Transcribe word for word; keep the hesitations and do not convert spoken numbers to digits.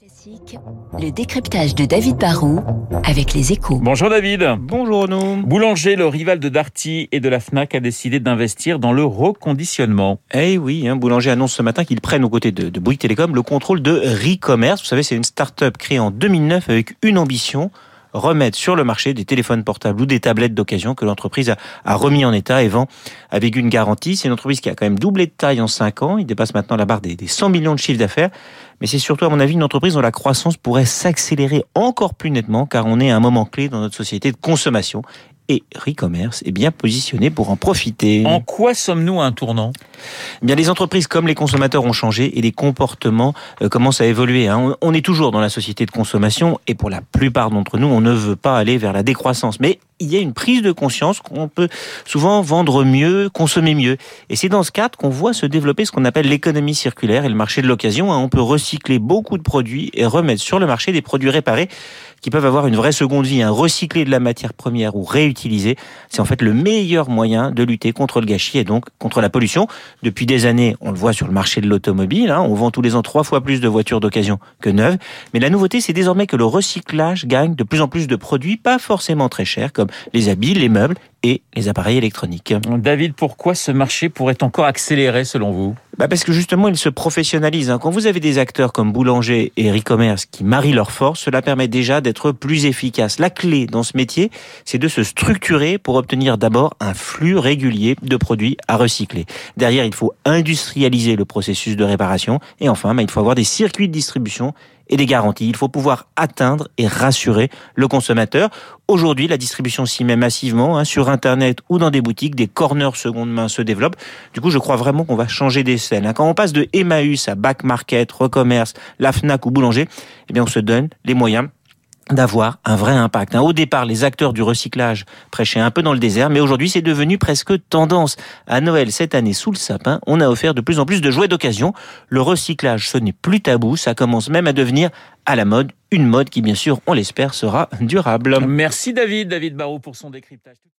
Classique, le décryptage de David Barrault avec les Échos. Bonjour David. Bonjour Renaud. Boulanger, le rival de Darty et de la Fnac, a décidé d'investir dans le reconditionnement. Eh oui, hein, Boulanger annonce ce matin qu'ils prennent aux côtés de, de Bouygues Télécom le contrôle de Recommerce. Vous savez, c'est une start-up créée en deux mille neuf avec une ambition: remettre sur le marché des téléphones portables ou des tablettes d'occasion que l'entreprise a, a remis en état et vend avec une garantie. C'est une entreprise qui a quand même doublé de taille en cinq ans. Il dépasse maintenant la barre des, des cent millions de chiffres d'affaires. Mais c'est surtout, à mon avis, une entreprise dont la croissance pourrait s'accélérer encore plus nettement, car on est à un moment clé dans notre société de consommation. Et Recommerce est bien positionné pour en profiter. En quoi sommes-nous à un tournant ? Eh bien, les entreprises comme les consommateurs ont changé et les comportements euh, commencent à évoluer. Hein. On, on est toujours dans la société de consommation et pour la plupart d'entre nous, on ne veut pas aller vers la décroissance. Mais il y a une prise de conscience qu'on peut souvent vendre mieux, consommer mieux. Et c'est dans ce cadre qu'on voit se développer ce qu'on appelle l'économie circulaire et le marché de l'occasion. Hein. On peut recycler beaucoup de produits et remettre sur le marché des produits réparés qui peuvent avoir une vraie seconde vie. Hein. Recycler de la matière première ou réutiliser, c'est en fait le meilleur moyen de lutter contre le gâchis et donc contre la pollution. Depuis des années, on le voit sur le marché de l'automobile, hein, on vend tous les ans trois fois plus de voitures d'occasion que neuves. Mais la nouveauté, c'est désormais que le recyclage gagne de plus en plus de produits, pas forcément très chers, comme les habits, les meubles et les appareils électroniques. David, pourquoi ce marché pourrait encore accélérer selon vous ? Bah parce que justement, il se professionnalise. Hein. Quand vous avez des acteurs comme Boulanger et Recommerce qui marient leurs forces, cela permet déjà d'être plus efficace. La clé dans ce métier, c'est de se structurer pour obtenir d'abord un flux régulier de produits à recycler. Derrière, il faut industrialiser le processus de réparation. Et enfin, bah, il faut avoir des circuits de distribution et des garanties. Il faut pouvoir atteindre et rassurer le consommateur. Aujourd'hui, la distribution s'y met massivement, hein, sur Internet ou dans des boutiques. Des corners seconde main se développent. Du coup, je crois vraiment qu'on va changer d'échelle. Hein. Quand on passe de Emmaüs à Back Market, Recommerce, la Fnac ou Boulanger, eh bien, on se donne les moyens d'avoir un vrai impact. Au départ, les acteurs du recyclage prêchaient un peu dans le désert, mais aujourd'hui, c'est devenu presque tendance. À Noël, cette année, sous le sapin, on a offert de plus en plus de jouets d'occasion. Le recyclage, ce n'est plus tabou, ça commence même à devenir à la mode. Une mode qui, bien sûr, on l'espère, sera durable. Merci David, David Barrault pour son décryptage.